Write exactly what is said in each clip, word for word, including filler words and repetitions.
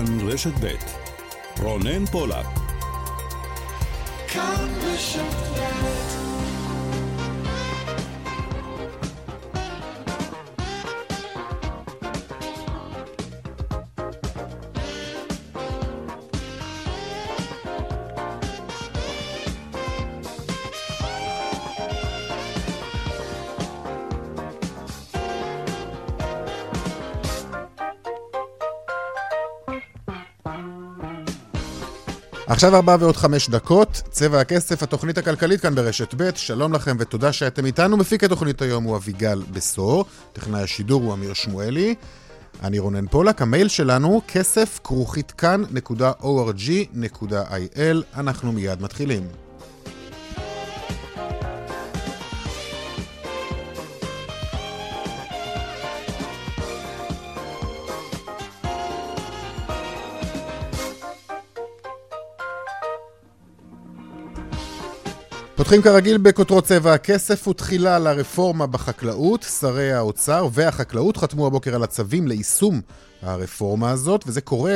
כאן רשת ב' רונן פולק. כאן רשת ב'. עכשיו ארבע ועוד חמש דקות, צבע הכסף, התוכנית הכלכלית כאן ברשת ב'. שלום לכם ותודה שאתם איתנו. מפיק התוכנית היום הוא אביגל בסור, טכנאי השידור הוא אמיר שמואלי. אני רונן פולק, המייל שלנו כסף כרוכית כאן נקודה או אר ג'י נקודה איי אל. אנחנו מיד מתחילים. פותחים כרגיל בכותרות צבע הכסף. ותחילה לרפורמה בחקלאות. שרי האוצר והחקלאות חתמו הבוקר על הצווים ליישום הרפורמה הזאת, וזה קורה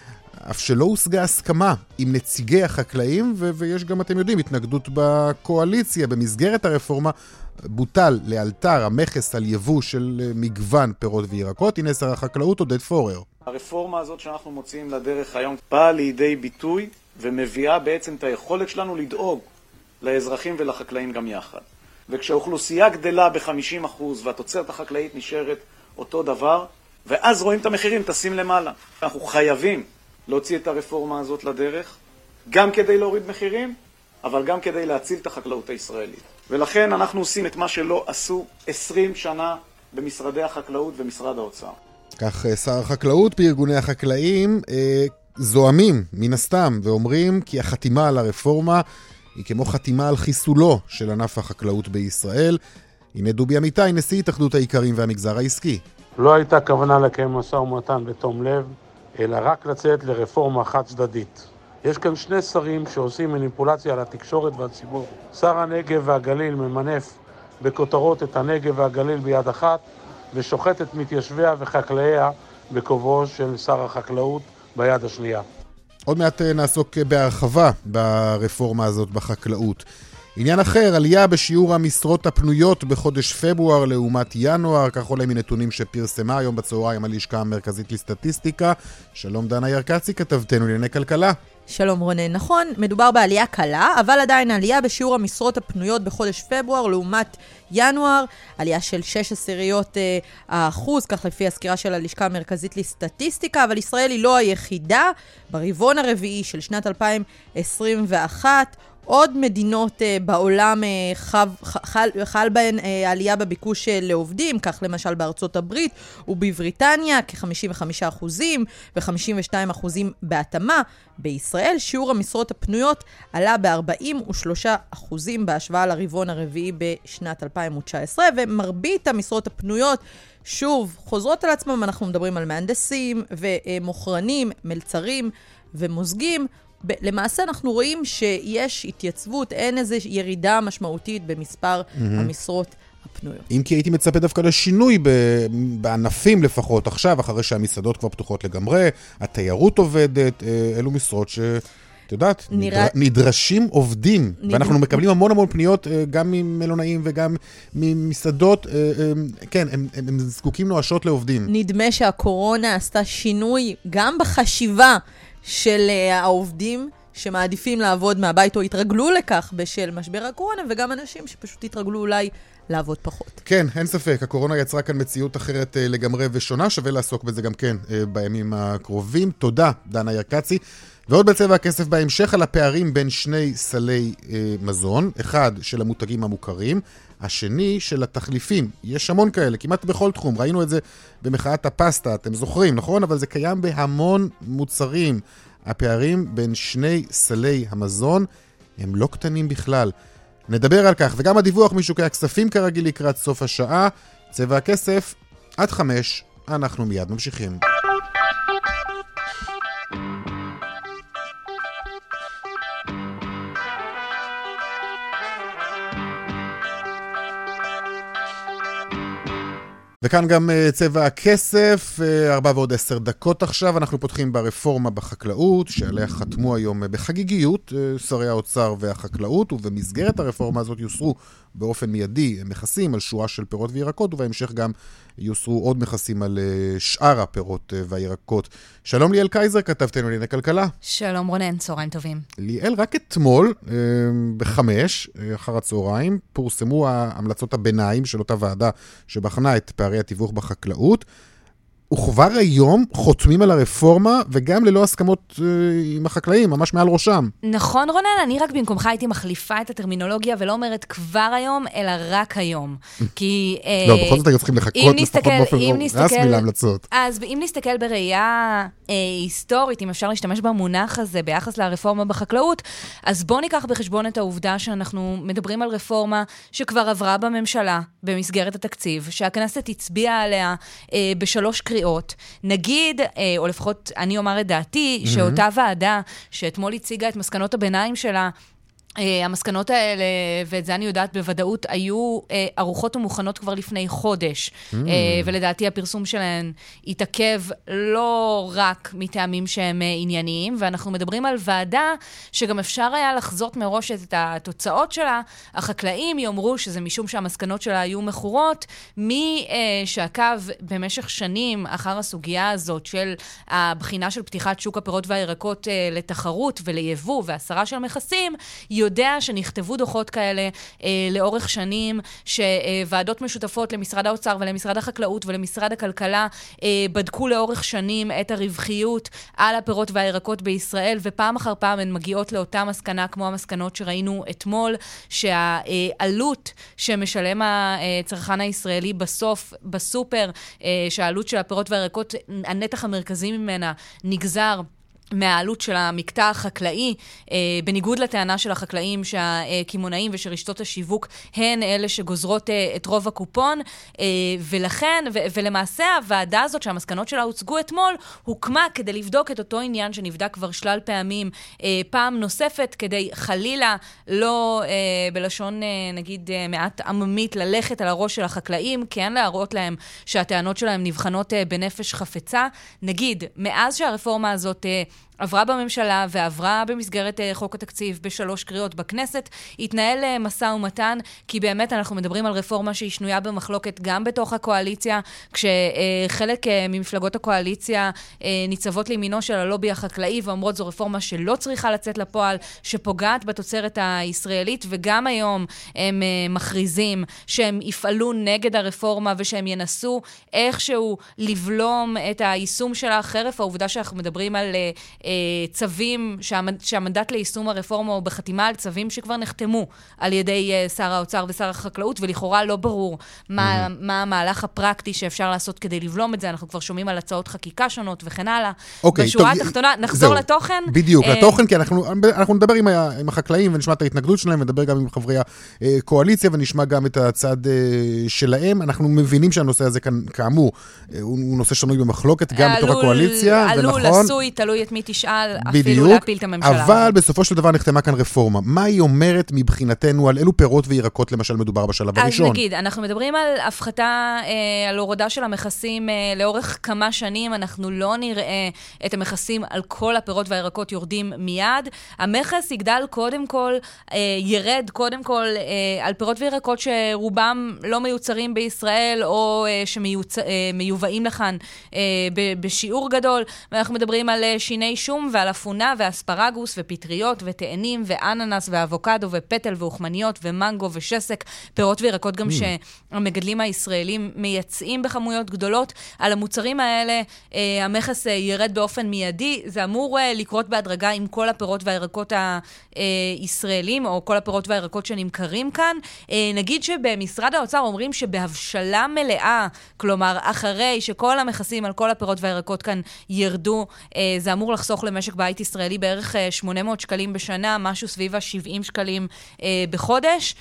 אף שלא הושגה הסכמה עם נציגי החקלאים, ו- ויש גם, אתם יודעים, התנגדות בקואליציה. במסגרת הרפורמה בוטל לאלתר המכס על יבוא של מגוון פירות וירקות. הנה שר החקלאות עודד פורר. הרפורמה הזאת שאנחנו מוציאים לדרך היום באה לידי ביטוי ומביאה בעצם את היכולת שלנו לדאוג לאזרחים ולחקלאים גם יחד. וכשהאוכלוסייה גדלה ב-חמישים אחוז והתוצרת החקלאית נשארת אותו דבר, ואז רואים את המחירים, תשים למעלה. אנחנו חייבים להוציא את הרפורמה הזאת לדרך, גם כדי להוריד מחירים, אבל גם כדי להציל את החקלאות הישראלית. ולכן אנחנו עושים את מה שלא עשו עשרים שנה במשרדי החקלאות ומשרד האוצר. כך שר החקלאות. בארגוני החקלאים אה, זוהמים מן הסתם ואומרים כי החתימה על הרפורמה היא כמו חתימה על חיסולו של ענף החקלאות בישראל. הנה דובי אמיתי, נשיא התאחדות האיכרים והמגזר העסקי. לא הייתה כוונה לקיים משא ומתן בתום לב, אלא רק לצאת לרפורמה חד צדדית. יש כאן שני שרים שעושים מניפולציה על התקשורת והציבור. שר הנגב והגליל ממנף בכותרות את הנגב והגליל ביד אחת, ושוחט את מתיישביה וחקלאיה בכובעו של שר החקלאות ביד השנייה. עוד מעט נעסוק בהרחבה ברפורמה הזאת בחקלאות. עניין אחר, עלייה בשיעור המשרות הפנויות בחודש פברואר לעומת ינואר, כך עולה מנתונים שפרסמה היום בצהריים הלשכה המרכזית לסטטיסטיקה. שלום דנה ירקצי, כתבתנו לענייני כלכלה. שלום רונן, נכון, מדובר בעלייה קלה, אבל עדיין עלייה בשיעור המשרות הפנויות בחודש פברואר לעומת ינואר, עלייה של שש עשיריות האחוז, כך לפי הסקירה של הלשכה המרכזית לסטטיסטיקה, אבל ישראל היא לא היחידה. ברבעון הרביעי של שנת אלפיים עשרים ואחת, עוד מדינות uh, בעולם uh, חב, חל, חל בהן uh, עלייה בביקוש uh, לעובדים, כך למשל בארצות הברית ובבריטניה, כ-חמישים וחמישה אחוזים ו-חמישים ושניים אחוזים בהתאמה. בישראל שיעור המשרות הפנויות עלה ב-ארבעים ושלושה אחוזים בהשוואה לרבעון הרביעי בשנת אלפיים תשע עשרה, ומרבית המשרות הפנויות שוב חוזרות על עצמם. אנחנו מדברים על מהנדסים ומוכרנים, מלצרים ומוזגים. למעשה אנחנו רואים שיש התייצבות, אין איזו ירידה משמעותית במספר mm-hmm. המשרות הפנויות. אם כי הייתי מצפה דווקא לשינוי בענפים לפחות עכשיו, אחרי שהמסעדות כבר פתוחות לגמרי, התיירות עובדת, אלו משרות ש... את יודעת, נראה... נדרשים עובדים, נד... ואנחנו מקבלים המון המון פניות, גם ממלונאים וגם ממסעדות, כן, הם, הם, הם זקוקים נואשות לעובדים. נדמה שהקורונה עשתה שינוי גם בחשיבה של העובדים שמעדיפים לעבוד מהבית או התרגלו לכך בשל משבר הקורונה, וגם אנשים שפשוט התרגלו אולי לעבוד פחות. כן, אין ספק, הקורונה יצרה כאן מציאות אחרת לגמרי ושונה, שווה לעסוק בזה גם כן בימים הקרובים. תודה, דנה ירקצי. ועוד בצבע הכסף בהמשך על הפערים בין שני סלי אה, מזון, אחד של המותגים המוכרים, השני של התחליפים. יש המון כאלה, כמעט בכל תחום. ראינו את זה במחאת הפסטה, אתם זוכרים, נכון? אבל זה קיים בהמון מוצרים. הפערים בין שני סלי המזון הם לא קטנים בכלל. נדבר על כך, וגם הדיווח משוקי הכספים כרגיל לקראת סוף השעה. צבע הכסף עד חמש, אנחנו מיד ממשיכים. וכאן גם צבע הכסף, ארבע ועוד עשר דקות עכשיו, אנחנו פותחים ברפורמה בחקלאות, שעליה חתמו היום בחגיגיות שרי האוצר והחקלאות, ובמסגרת הרפורמה הזאת יוסרו באופן מיידי מכסים על שורה של פירות וירקות, ובהמשך גם יוסרו עוד מכסים על שאר הפירות והירקות. שלום ליאל קייזר, כתבתנו לענייני כלכלה. שלום רונן, צהריים טובים. ליאל, רק אתמול, בחמש, אחר הצהריים, פורסמו ההמלצות הביניים של אותה ועדה שבחנה את פערי התיווך בחקלאות, וכבר היום חותמים על הרפורמה, וגם ללא הסכמות אה, עם החקלאים, ממש מעל ראשם. נכון, רונן, אני רק במקומך הייתי מחליפה את הטרמינולוגיה, ולא אומרת כבר היום, אלא רק היום. כי... אה, לא, בכל זאת היו צריכים לחכות לפחות באופן רסמי להמלצות. אז אם נסתכל בראייה אה, היסטורית, אם אפשר להשתמש במונח הזה ביחס לרפורמה בחקלאות, אז בואו ניקח בחשבון את העובדה שאנחנו מדברים על רפורמה שכבר עברה בממשלה, במסגרת התקציב, שהכנסת הצביעה עליה אה, בשלוש קריאות. נגיד, או לפחות אני אומר את דעתי, mm-hmm. שאותה ועדה שאתמול הציגה את מסקנות הביניים שלה, המסקנות האלה, ואת זה אני יודעת בוודאות, היו ערוכות ומוכנות כבר לפני חודש, mm. ולדעתי הפרסום שלהן התעכב לא רק מטעמים שהם ענייניים, ואנחנו מדברים על ועדה שגם אפשר היה לחזות מראש את התוצאות שלה, החקלאים יאמרו שזה משום שהמסקנות שלה היו מכורות, מי שעקב במשך שנים אחר הסוגיה הזאת של הבחינה של פתיחת שוק הפירות והירקות לתחרות וליבוא והסרה של מכסים, יודע שנכתבו דוחות כאלה אה, לאורך שנים, שוועדות משותפות למשרד האוצר ולמשרד החקלאות ולמשרד הכלכלה אה, בדקו לאורך שנים את הרווחיות על הפירות והירקות בישראל, ופעם אחר פעם הן מגיעות לאותה מסקנה, כמו המסקנות שראינו אתמול, שהעלות שמשלם הצרכן הישראלי בסוף, בסופר, אה, שהעלות של הפירות והירקות, הנתח המרכזי ממנה נגזר מהעלות של המקטע החקלאי, אה, בניגוד לטענה של החקלאים שהכימונאים ושרשתות השיווק הן אלה שגוזרות אה, את רוב הקופון, אה, ולכן, ו- ולמעשה הוועדה הזאת שהמסקנות שלה הוצגו אתמול, הוקמה כדי לבדוק את אותו עניין שנבדק כבר שלל פעמים, אה, פעם נוספת, כדי חלילה לא אה, בלשון אה, נגיד אה, מעט עממית ללכת על הראש של החקלאים, כן להראות להם שהטענות שלהם נבחנות אה, בנפש חפצה. נגיד, מאז שהרפורמה הזאת אה, עברה בממשלה ועברה במסגרת חוק התקציב בשלוש קריאות בכנסת, התנהל מסע ומתן, כי באמת אנחנו מדברים על רפורמה שהיא שנויה במחלוקת גם בתוך הקואליציה, כשחלק ממפלגות הקואליציה ניצבות לימינו של הלובי החקלאי, ואומרות זו רפורמה שלא צריכה לצאת לפועל, שפוגעת בתוצרת הישראלית, וגם היום הם מכריזים שהם יפעלו נגד הרפורמה, ושהם ינסו איכשהו לבלום את היישום שלה, חרף העובדה שאנחנו מדברים על צווים, שהמנדט ליישום הרפורמה הוא בחתימה על צווים שכבר נחתמו על ידי שר האוצר ושר החקלאות, ולכאורה לא ברור מה, מה המהלך הפרקטי שאפשר לעשות כדי לבלום את זה. אנחנו כבר שומעים על הצעות חקיקה שונות וכן הלאה. אוקיי, בשורה התחתונה, נחזור זהו, לתוכן. בדיוק, לתוכן, כי אנחנו, אנחנו נדבר עם, ה, עם החקלאים ונשמע את ההתנגדות שלהם, ונדבר גם עם חברי הקואליציה, ונשמע גם את הצד שלהם. אנחנו מבינים שהנושא הזה כאן, כאמור, הוא, הוא נושא שנוי במחלוקת גם בתוך הקואליציה, עלול, עשוי, תלוי את מי תשאל, אפילו להפיל את הממשלה. אבל בסופו של דבר נחתמה כאן רפורמה. מה היא אומרת מבחינתנו על אילו פירות וירקות למשל מדובר בשלב הראשון? אז נגיד, אנחנו מדברים על הפחתה, על הורדה של המכסים לאורך כמה שנים, אנחנו לא נראה את המכסים על כל הפירות והירקות יורדים מיד. המכס יגדל קודם כל, ירד קודם כל על פירות וירקות שרובם לא מיוצרים בישראל, או שמיובאים לכאן בשיעור גדול, ואנחנו מדברים על שיני שום ועל אפונה ואספרגוס ופטריות ותאנים ואננס ואבוקדו ופטל ואוכמניות ומנגו ושסק, פירות וירקות גם שהמגדלים הישראלים מייצאים בכמויות גדולות. על המוצרים האלה המכס ירד באופן מיידי, זה אמור לקרות בהדרגה עם כל הפירות והירקות הישראלים, או כל הפירות והירקות שנמכרים כאן. נגיד שבמשרד האוצר אומרים שבהבשלה מלאה, כלומר אחרי שכל המכסים על כל הפירות והירקות כאן ירדו, זה אמור לחסוך למשק בית ישראלי בערך שמונה מאות שקלים בשנה, משהו סביב ה-שבעים שקלים בחודש.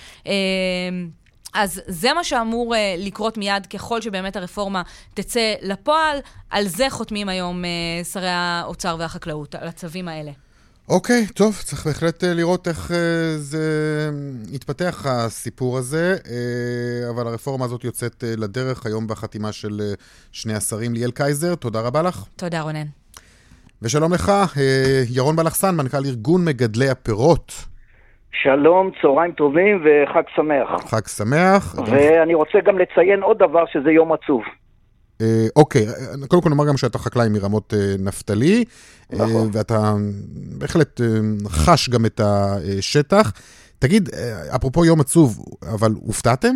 אז זה מה שאמור לקרות מיד ככל שבאמת הרפורמה תצא לפועל. על זה חותמים היום שרי האוצר והחקלאות, על הצווים האלה. אוקיי, טוב, צריך בהחלט לראות איך זה יתפתח הסיפור הזה, אבל הרפורמה הזאת יוצאת לדרך היום בחתימה של שני השרים. ליאל קייזר, תודה רבה לך. תודה רונן. ושלום לך, ירון בלחסן, מנכ"ל ארגון מגדלי הפירות. שלום, צהריים טובים וחג שמח. חג שמח. ואני רוצה גם לציין עוד דבר, שזה יום עצוב. אוקיי, קודם כל נאמר גם שאתה חקלאי מרמות נפתלי, ואתה בהחלט חש גם את השטח. תגיד, אפרופו יום עצוב, אבל הופתעתם?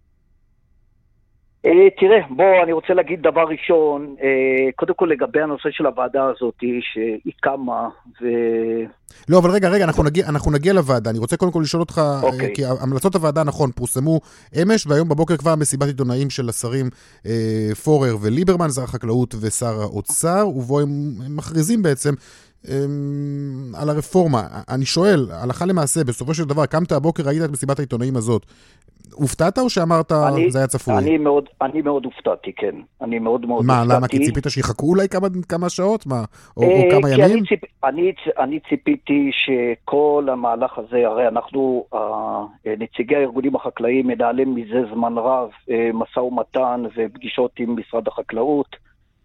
תראה, בוא, אני רוצה להגיד דבר ראשון, קודם כל לגבי הנושא של הוועדה הזאת, שהיא קמה, ו... לא, אבל רגע, רגע, אנחנו נגיע, אנחנו נגיע לוועדה. אני רוצה קודם כל לשאול אותך, אוקיי. כי המלצות הוועדה, נכון, פורסמו אמש, והיום בבוקר כבר מסיבת עיתונאים של השרים פורר וליברמן, שר החקלאות ושר האוצר, ובו הם, הם מכריזים בעצם על הרפורמה. אני שואל, הלכה למעשה, בסופו של דבר, קמת הבוקר, ראית את מסיבת העיתונאים הזאת, הופתעת או שאמרת, אני, זה היה צפוי? אני מאוד, אני מאוד הופתעתי, כן. אני מאוד מאוד מה, הופתעתי. למה? כי ציפית שיחכו אולי כמה, כמה שעות? מה? או, אה, או כמה כי ימים? אני, ציפ, אני, אני ציפיתי שכל המהלך הזה, הרי אנחנו, נציגי הארגונים החקלאיים, מנהלים מזה זמן רב, משא ומתן ופגישות עם משרד החקלאות,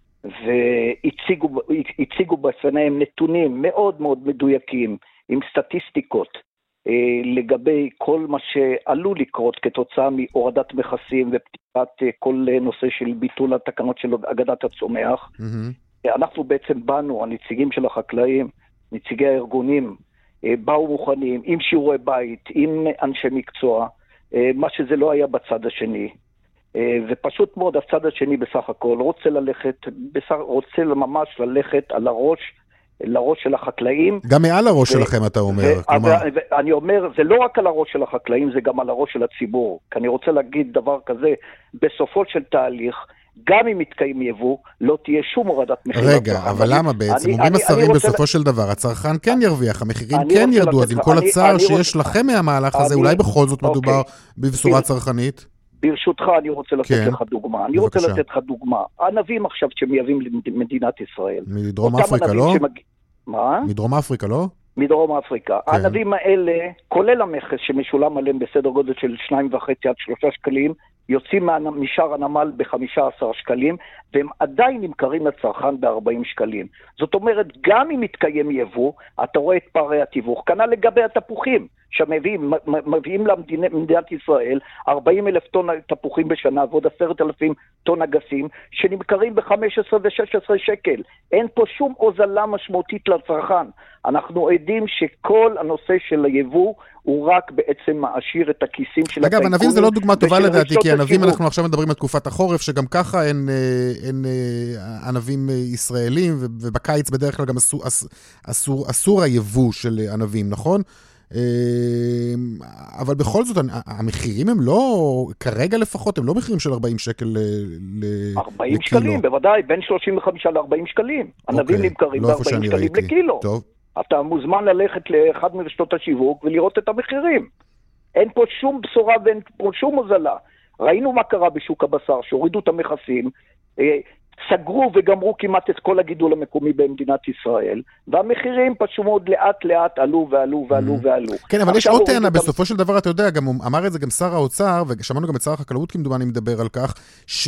והציגו בפניהם נתונים מאוד מאוד מדויקים, עם סטטיסטיקות, לגבי כל מה שעלול לקרות כתוצאה מהורדת מכסים ופתיחת כל נושא של ביטול התקנות של הגנת הצומח. Mm-hmm. אנחנו בעצם באנו, הנציגים של החקלאים, נציגי הארגונים, באו מוכנים עם שיעורי בית, עם אנשי מקצוע, מה שזה לא היה בצד השני. ופשוט מאוד הצד השני בסך הכל רוצה ללכת, רוצה ממש ללכת על הראש, לראש של החקלאים. גם מעל הראש ו- שלכם אתה אומר. ו- כלומר... ו- אני אומר, זה לא רק על הראש של החקלאים, זה גם על הראש של הציבור. כי אני רוצה להגיד דבר כזה, בסופו של תהליך, גם אם מתקיים יבוא, לא תהיה שום הורדת מחירים. רגע, אבל למה בעצם? אומרים השרים בסופו של דבר, הצרכן כן ירוויח, המחירים כן ירדו, אז עם כל הצער שיש לכם מהמהלך הזה, אולי בכל זאת מדובר בבשורה צרכנית? ברשותך, אני רוצה לתת לך דוגמה. אני רוצה לתת לך דוגמה. הענבים עכשיו שמייבאים למדינת ישראל. מדרום אפריקה, לא? מה? מדרום אפריקה, לא? מדרום אפריקה. הענבים האלה, כולל המכס שמשולם עליהם בסדר גודל של שניים וחצי עד שלושה שקלים, יוצאים משאר הנמל ב-חמישה עשר שקלים, והם עדיין נמכרים לצרכן ב-ארבעים שקלים. זאת אומרת, גם אם מתקיים יבוא, אתה רואה את פערי התיווך. כנ"ל לגבי התפוחים, שמביאים מביאים למדינת ישראל ארבעים אלף טון תפוחים בשנה, ועוד עשרת אלפים טון אגסים, שנמכרים ב-חמש עשרה ו-שש עשרה שקל. אין פה שום הוזלה משמעותית לצרכן. אנחנו עדים שכל הנושא של היבוא הוא רק בעצם מעשיר את הכיסים של אגב, ענבים זה לא דוגמה טובה לדעתי, כי ענבים אנחנו עכשיו מדברים על תקופת החורף, שגם ככה אין, אין ענבים ישראלים, ובקיץ בדרך כלל גם אסור, אסור, אסור היבוא של ענבים, נכון? אבל בכל זאת, המחירים הם לא, כרגע לפחות, הם לא מחירים של ארבעים שקל לקילו. ארבעים שקלים, בוודאי, בין שלושים וחמישה ל-ארבעים שקלים. ענבים נמכרים ב-ארבעים שקלים לקילו. טוב. אתה מוזמן ללכת לאחד מרשתות השיווק ולראות את המחירים. אין פה שום בשורה ואין פה שום הוזלה. ראינו מה קרה בשוק הבשר, שהורידו את המכסים, סגרו וגמרו כמעט את כל הגידול המקומי במדינת ישראל, והמחירים פשוט מאוד לאט לאט עלו ועלו ועלו ועלו. כן, אבל יש עוד טענה, בסופו של דבר אתה יודע, גם אמר את זה גם שר האוצר, ושמענו גם את שר החקלאות כמדומני מדבר על כך,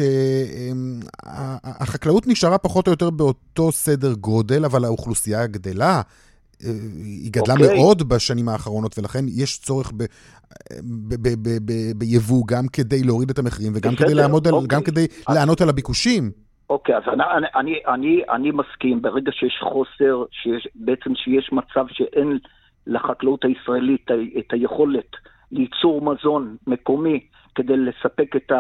שהחקלאות נשארה פחות או יותר באותו סדר גודל, אבל האוכלוסייה גדלה, היא גדלה okay. מאוד בשנים האחרונות, ולכן יש צורך ב, ב, ב, ב, ב, ביבוא גם כדי להוריד את המחירים, וגם בסדר, כדי, לעמוד על, okay. גם כדי לענות על הביקושים. אוקיי, אז אני, אני, אני, אני מסכים, ברגע שיש חוסר, שיש, בעצם שיש מצב שאין לחקלאות הישראלית את היכולת ליצור מזון מקומי, כדי לספק את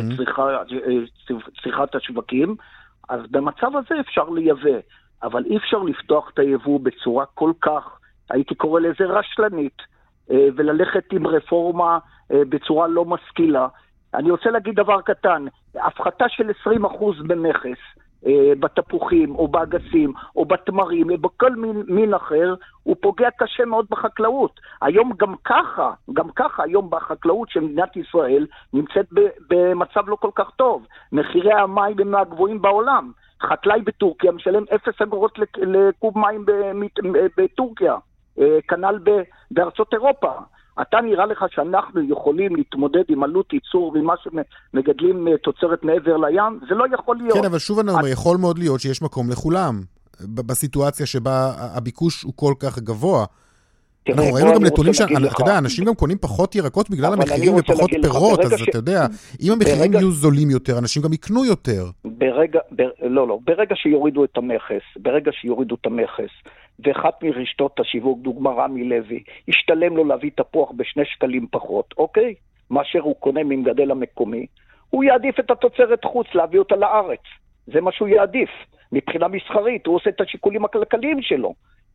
צריכת השווקים, אז במצב הזה אפשר לייבא. אבל אי אפשר לפתוח את היבוא בצורה כל כך, הייתי קורא לזה רשלנית, וללכת עם רפורמה בצורה לא משכילה. אני רוצה להגיד דבר קטן, הפחתה של עשרים אחוז במכס, בתפוחים או באגסים או בתמרים או בכל מין, מין אחר, הוא פוגע קשה מאוד בחקלאות. היום גם ככה, גם ככה היום בחקלאות של מדינת ישראל נמצאת במצב לא כל כך טוב. מחירי המים הם מהגבוהים בעולם. חקלאי בטורקיה משלם אפס אגורות לקוב מים בטורקיה, כנ"ל בארצות אירופה. אתה נראה לך שאנחנו יכולים להתמודד עם עלות ייצור ומה שמגדלים תוצרת מעבר לים? זה לא יכול להיות. כן, אבל שוב אני אומר, יכול מאוד להיות שיש מקום לכולם, בסיטואציה שבה הביקוש הוא כל כך גבוה. אנחנו ראינו גם נתונים שאתה יודע, אנשים גם קונים פחות ירקות בגלל המחירים ופחות פירות, אז אתה יודע, אם המחירים יהיו זולים יותר, אנשים גם יקנו יותר. ברגע, לא, לא, ברגע שיורידו את המכס, ברגע שיורידו את המכס, ואחת מרשתות השיווק, דוגמה רמי לוי, ישתלם לו להביא תפוח בשני שקלים פחות, אוקיי? מאשר הוא קונה ממגדל המקומי, הוא יעדיף את התוצרת חוץ, להביא אותה לארץ. זה מה שהוא יעדיף. מבחינה מסחרית, הוא עושה את השיקולים הכלכליים שלו.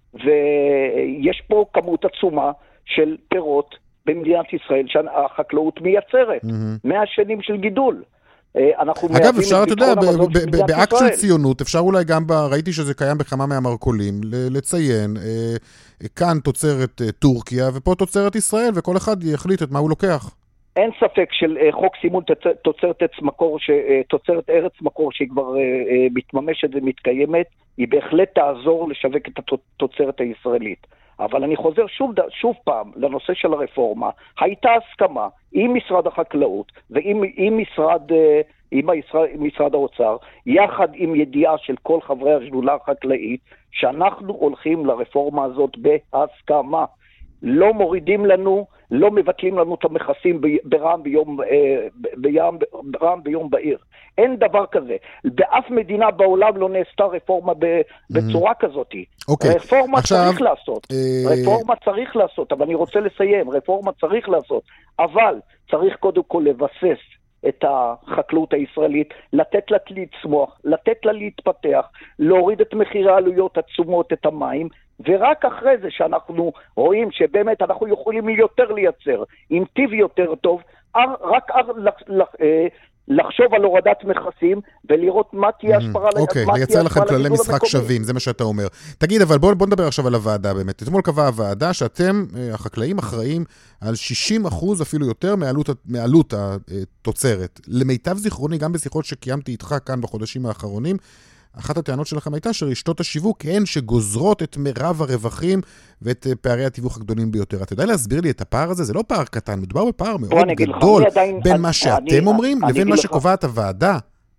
ויש פה כמות עצומה של פירות במדינת ישראל שהחקלאות מייצרת. מאה שנים של גידול. אגב, אפשר, אתה יודע, באקט של ציונות, אפשר אולי גם, ראיתי שזה קיים בכמה מהמרכולים, לציין, כאן תוצרת טורקיה ופה תוצרת ישראל, וכל אחד יחליט את מה הוא לוקח. אין ספק של חוק סימון תוצרת ארץ מקור, תוצרת ארץ מקור שהיא כבר מתממשת ומתקיימת, היא בהחלט תעזור לשווק את התוצרת הישראלית. אבל אני חוזר שוב, שוב פעם לנושא של הרפורמה. הייתה הסכמה עם משרד החקלאות ועם עם משרד, עם משרד האוצר, יחד עם ידיעה של כל חברי השדולה החקלאית, שאנחנו הולכים לרפורמה הזאת בהסכמה. לא מורידים לנו, לא מבטלים לנו את המכסים ברעם ביום, ביום, ברעם ביום בעיר. אין דבר כזה. באף מדינה בעולם לא נעשתה רפורמה בצורה כזאת. רפורמה צריך לעשות. רפורמה צריך לעשות, אבל אני רוצה לסיים. רפורמה צריך לעשות, אבל צריך קודם כל לבסס את החקלאות הישראלית, לתת לה לצמוח, לתת לה להתפתח, להוריד את מחירי העלויות עצומות, את המים, ורק אחרי זה שאנחנו רואים שבאמת אנחנו יכולים יותר לייצר, עם טיב יותר טוב, רק לחשוב על הורדת מכסים ולראות מה תהיה השפעה. אוקיי, לייצר לכם כללי משחק שווים, זה מה שאתה אומר. תגיד, אבל בוא נדבר עכשיו על הוועדה באמת. אתמול קבעה הוועדה שאתם, החקלאים, אחראים על שישים אחוז אפילו יותר מעלות התוצרת. למיטב זיכרוני, גם בשיחות שקיימתי איתך כאן בחודשים האחרונים, אחת הטענות שלכם הייתה שרשתות השיווק הן שגוזרות את מרב הרווחים ואת פערי התיווך הגדולים ביותר. אתה יודע להסביר לי את הפער הזה? זה לא פער קטן, מדובר בפער מאוד גדול בין מה שאתם אומרים לבין מה שקובעת הוועדה.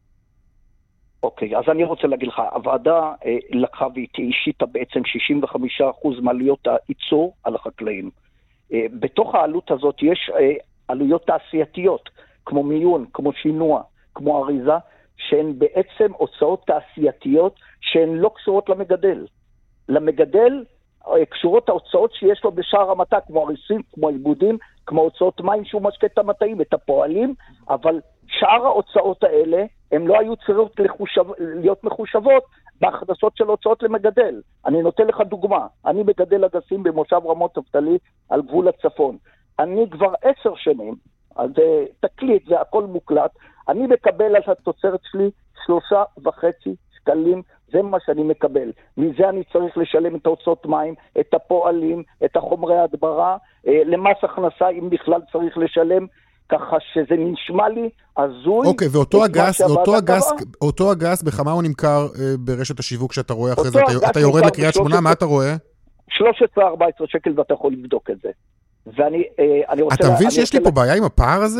אוקיי, אז אני רוצה להגיד לך, הוועדה לקחה והשית בעצם שישים וחמישה אחוז מעלויות הייצור על החקלאים. בתוך העלות הזאת יש עלויות תעשייתיות, כמו מיון, כמו שינוע, כמו אריזה, שהן בעצם הוצאות תעשייתיות שהן לא קשורות למגדל. למגדל קשורות ההוצאות שיש לו בשאר המטה, כמו הריסים, כמו עיבודים, כמו הוצאות מים שהוא משקה את המטעים, את הפועלים, אבל שאר ההוצאות האלה, הן לא היו צריכות לחושב, להיות מחושבות בהכנסות של הוצאות למגדל. אני נותן לך דוגמה, אני מגדל אגסים במושב רמות נפתלי על גבול הצפון. אני כבר עשר שנים, אז זה תקליט, זה הכל מוקלט, אני מקבל על התוצרת שלי שלושה וחצי שקלים, זה מה שאני מקבל. מזה אני צריך לשלם את ההוצאות מים, את הפועלים, את החומרי ההדברה, למס הכנסה אם בכלל צריך לשלם, ככה שזה נשמע לי הזוי. אוקיי, ואותו הגס, אותו הגס, אותו הגס, בכמה הוא נמכר ברשת השיווק שאתה רואה אחרי זה? אתה יורד לקריית שמונה, מה אתה רואה? שלוש עשרה ארבע עשרה שקל ואתה יכול לבדוק את זה. ואני, אני רוצה... אתה מבין שיש לי פה בעיה עם הפער הזה?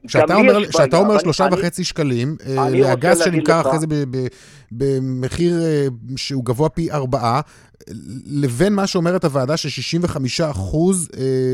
שאתה אומר שלושה וחצי שקלים, להגס שנמכר אחרי זה במחיר שהוא גבוה פי ארבעה, לבין מה שאומרת הוועדה ש-שישים וחמישה אחוז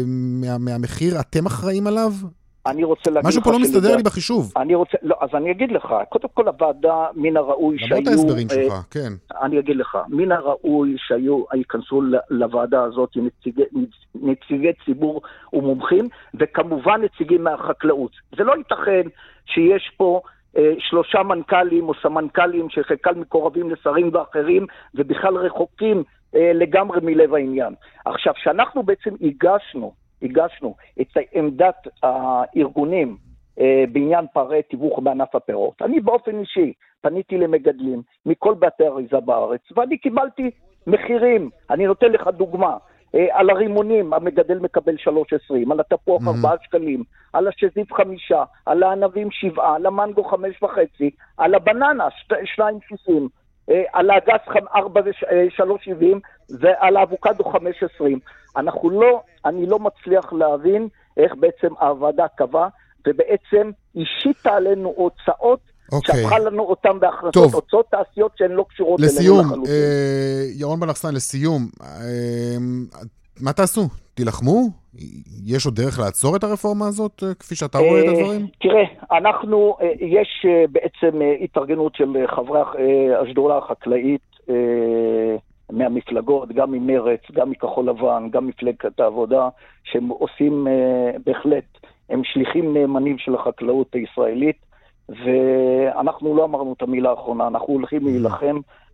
מהמחיר אתם אחראים עליו? אני רוצה להגיד לך... משהו פה לא מסתדר לי בחישוב. אני רוצה... לא, אז אני אגיד לך, קודם כל הוועדה מן הראוי שהיו... למרות ההסברים שלך, כן. אני אגיד לך, מן הראוי שהיו, ייכנסו לוועדה הזאת עם נציגי, נציגי ציבור ומומחים, וכמובן נציגים מהחקלאות. זה לא ייתכן שיש פה אה, שלושה מנכ"לים או סמנכ"לים שחלקם מקורבים לשרים ואחרים, ובכלל רחוקים אה, לגמרי מלב העניין. עכשיו, שאנחנו בעצם הגשנו, הגשנו את עמדת הארגונים אה, בעניין פערי תיווך בענף הפירות. אני באופן אישי פניתי למגדלים מכל בתי אריזה בארץ, ואני קיבלתי מחירים. אני נותן לך דוגמה. אה, על הרימונים המגדל מקבל שלוש עשרים, על התפוח ארבעה שקלים, על השזיף חמישה, על הענבים שבעה, על המנגו חמש וחצי, על הבננה שניים שישים. על הגז ארבע ושלוש שבעים ועל האבוקדו חמש עשרים. אנחנו לא, אני לא מצליח להבין איך בעצם הוועדה קבעה, ובעצם אישיתה עלינו הוצאות, אוקיי. שהפכה לנו אותם בהכנסות, טוב. הוצאות תעשיות שהן לא קשורות אלינו לסיום, לחלוטין. אה, ירון בלחסן, לסיום, אה, מה תעשו? תילחמו? יש עוד דרך לעצור את הרפורמה הזאת, כפי שאתה רואה את הדברים? תראה, אנחנו, יש בעצם התארגנות של חברי השדולה החקלאית מהמפלגות, גם ממרץ, גם מכחול לבן, גם מפלגת העבודה, שהם עושים בהחלט, הם שליחים נאמנים של החקלאות הישראלית, ואנחנו לא אמרנו את המילה האחרונה, אנחנו הולכים להילחם,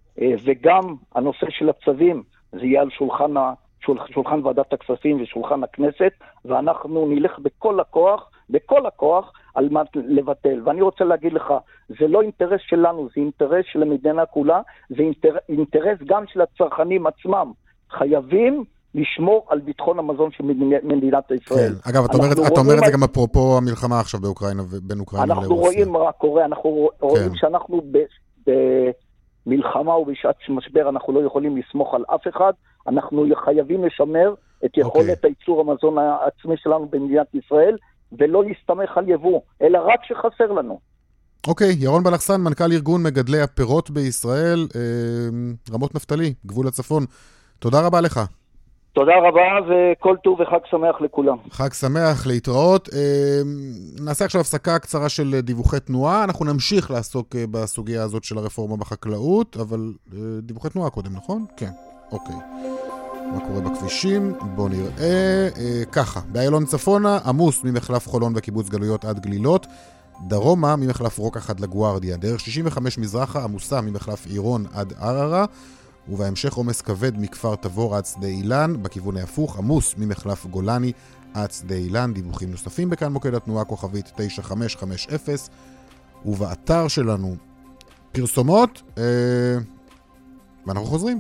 וגם הנושא של הצווים, זה יהיה על שולחן ה... שולחן ועדת הכספים ושולחן הכנסת, ואנחנו נלך בכל הכוח, בכל הכוח, על מה לבטל. ואני רוצה להגיד לך, זה לא אינטרס שלנו, זה אינטרס של המדינה כולה, זה אינטרס, אינטרס גם של הצרכנים עצמם. חייבים לשמור על ביטחון המזון של מדינת ישראל. כן. אגב, אתה אומר, אתה אומר את זה גם אפרופו המלחמה עכשיו באוקראינה, בין אוקראינה לרוסיה. אנחנו רואים מה קורה, אנחנו רואים שאנחנו ב... ב מלחמה ובשעת משבר אנחנו לא יכולים לסמוך על אף אחד, אנחנו חייבים לשמר את יכולת okay. הייצור המזון העצמי שלנו במדינת ישראל, ולא להסתמך על יבוא, אלא רק שחסר לנו. אוקיי, okay, ירון בלחסן, מנכ"ל ארגון מגדלי הפירות בישראל, אה, רמות נפתלי, גבול הצפון. תודה רבה לך. תודה רבה, וכל טוב וחג שמח לכולם. חג שמח, להתראות. נעשה עכשיו הפסקה קצרה של דיווחי תנועה. אנחנו נמשיך לעסוק בסוגיה הזאת של הרפורמה בחקלאות, אבל דיווחי תנועה קודם, נכון? כן, אוקיי. מה קורה בכבישים? בוא נראה. ככה, באיילון צפונה, עמוס ממחלף חולון וקיבוץ גלויות עד גלילות. דרומה ממחלף רוקח עד לגוארדיה. דרך שישים וחמש מזרחה, עמוסה ממחלף עירון עד ערערה. ובהמשך עומס כבד מכפר תבור עד שדה אילן, בכיוון ההפוך, עמוס ממחלף גולני עד שדה אילן. דיווחים נוספים בכאן מוקד התנועה כוכבית תשע חמש חמש אפס, ובאתר שלנו פרסומות, אה, ואנחנו חוזרים.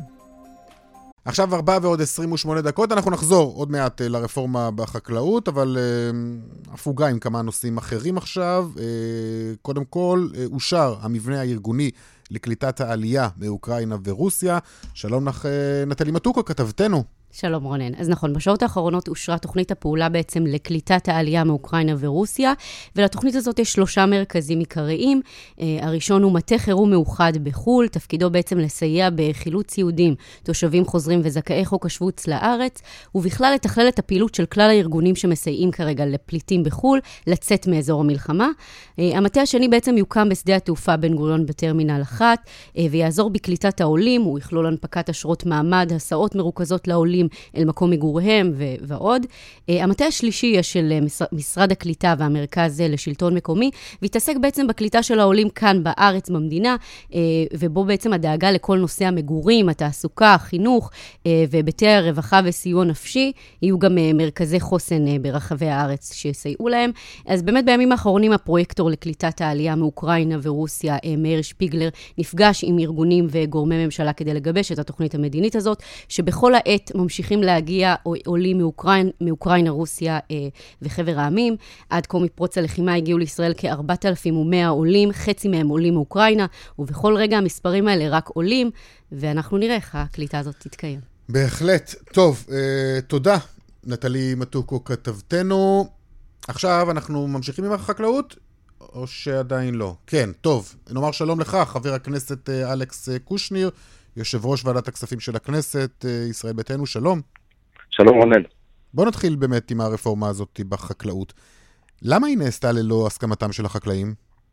עכשיו ארבע ועוד עשרים ושמונה דקות, אנחנו נחזור עוד מעט אה, לרפורמה בחקלאות, אבל אה, הפוגה עם כמה נושאים אחרים עכשיו. אה, קודם כל, אה, אושר המבנה הארגוני לקליטת העלייה מאוקראינה ורוסיה. שלום לך, נטלי מתוקה, כתבתנו. שלום רונן. אז נכון, בשעות האחרונות אושרה תוכנית הפעולה בעצם לקליטת העלייה מאוקראינה ורוסיה, ולתוכנית הזאת יש שלושה מרכזים עיקריים. הראשון הוא מטה חירום מאוחד בחול, תפקידו בעצם לסייע בחילוץ יהודים, תושבים חוזרים וזכאי חוק השבות לארץ, ובכלל לתכלל את הפעילות של כלל הארגונים שמסייעים כרגע לפליטים בחול, לצאת מאזור המלחמה. המטה השני בעצם יוקם בשדה התעופה בן גוריון בטרמינל אחת, ויעזור בקליטת העולים, הוא יכלול הנפקת אשרות מעמד, הסעות מרוכזות לעולים, אל מקום מגוריהם ו- ועוד. Uh, המטה השלישי יש של uh, משרד הקליטה והמרכז לשלטון מקומי, והתעסק בעצם בקליטה של העולים כאן בארץ, במדינה, uh, ובו בעצם הדאגה לכל נושא המגורים, התעסוקה, החינוך, uh, והיבטי הרווחה וסיוע נפשי, יהיו גם uh, מרכזי חוסן uh, ברחבי הארץ שיסייעו להם. אז באמת בימים האחרונים הפרויקטור לקליטת העלייה מאוקראינה ורוסיה, uh, מאיר שפיגלר, נפגש עם ארגונים וגורמי ממשלה כדי לגבש את התוכנית המדינית הזאת, שבכל העת ממשיכים להגיע עולים מאוקראינה, מאוקראינה, רוסיה אה, וחבר העמים. עד כה מפרוץ הלחימה הגיעו לישראל כ-ארבעת אלפים ומאה עולים, חצי מהם עולים מאוקראינה, ובכל רגע המספרים האלה רק עולים, ואנחנו נראה איך הקליטה הזאת תתקיים. בהחלט. טוב, אה, תודה, נטלי מתוקו כתבתנו. עכשיו אנחנו ממשיכים עם החקלאות, או שעדיין לא? כן, טוב. נאמר שלום לך, חבר הכנסת אה, אלכס אה, קושניר, יושב ראש ועדת הכספים של הכנסת, ישראל ביתנו, שלום. שלום רונן. בוא נתחיל באמת עם הרפורמה הזאת בחקלאות. למה היא נעשתה ללא הסכמתם של החקלאים?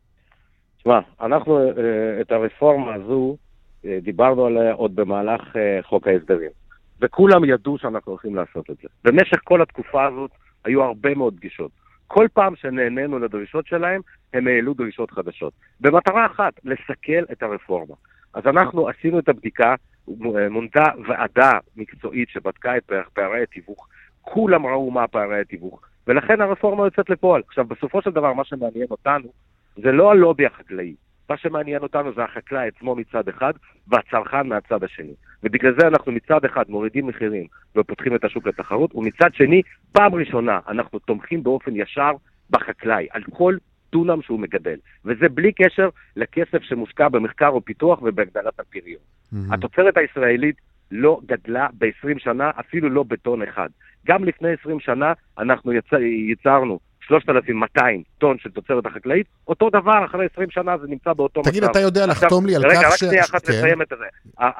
תשמע, אנחנו את הרפורמה הזו דיברנו עליה עוד במהלך חוק ההסדרים. וכולם ידעו שאנחנו הולכים לעשות את זה. במשך כל התקופה הזאת היו הרבה מאוד פגישות. כל פעם שנהנינו לדרישות שלהם, הם העלו דרישות חדשות. במטרה אחת, לסכל את הרפורמה. אז אנחנו עשינו את הבדיקה, מונתה ועדה מקצועית שבדקה את פערי התיווך, כולם ראו מה פערי התיווך, ולכן הרפורמה יוצאת לפועל. עכשיו, בסופו של דבר, מה שמעניין אותנו, זה לא הלובי החקלאי. מה שמעניין אותנו זה החקלאי עצמו מצד אחד, והצרכן מהצד השני. ובגלל זה אנחנו מצד אחד מורידים מחירים, ופותחים את השוק לתחרות, ומצד שני, פעם ראשונה, אנחנו תומכים באופן ישר בחקלאי, על כל דונם שהוא מגדל. וזה בלי קשר לכסף שמושקע במחקר ופיתוח ובהגדלת הפריון. Mm-hmm. התוצרת הישראלית לא גדלה ב-עשרים שנה, אפילו לא בטון אחד. גם לפני עשרים שנה אנחנו יצר, יצרנו שלושת אלפים ומאתיים טון של תוצרת החקלאית, אותו דבר אחרי עשרים שנה זה נמצא באותו מצב. תגיד, אתה יודע לחתום לי על כך ש... רגע, רק שנייה אחת לסיים את זה.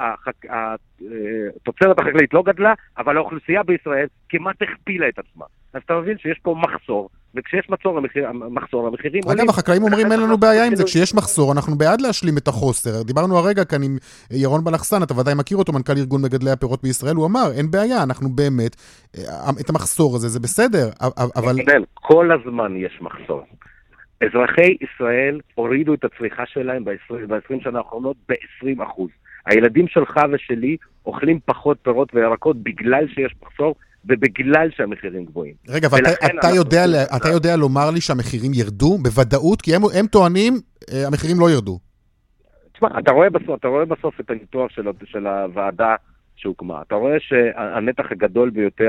התוצרת החקלאית לא גדלה, אבל האוכלוסייה בישראל כמעט הכפילה את עצמה. אז אתה מבין שיש פה מחסור, וכשיש מחסור, המחסור, המחירים עולים. אגב, החקלאים אומרים אין לנו בעיה עם זה, כשיש מחסור, אנחנו בעד להשלים את החוסר. דיברנו הרגע כאן עם ירון בלחסן, אתה ודאי מכיר אותו, מנכ"ל ארגון מגדלי הפירות בישראל, הוא אמר, אין בעיה, אנחנו באמת, את המחסור הזה, זה בסדר, אבל... כל הזמן יש מחסור. אזרחי ישראל הורידו את הצריכה שלהם ב-עשרים שנה האחרונות ב-עשרים אחוז. הילדים שלך ושלי אוכלים פחות פירות וירקות בגלל שיש מחסור, ובגלל שהמחירים גבוהים. רגע, ואתה יודע לומר לי שהמחירים ירדו בוודאות? כי הם טוענים, המחירים לא ירדו. תשמע, אתה רואה בסוף את הניתוח של הוועדה שהוקמה. אתה רואה שהנתח הגדול ביותר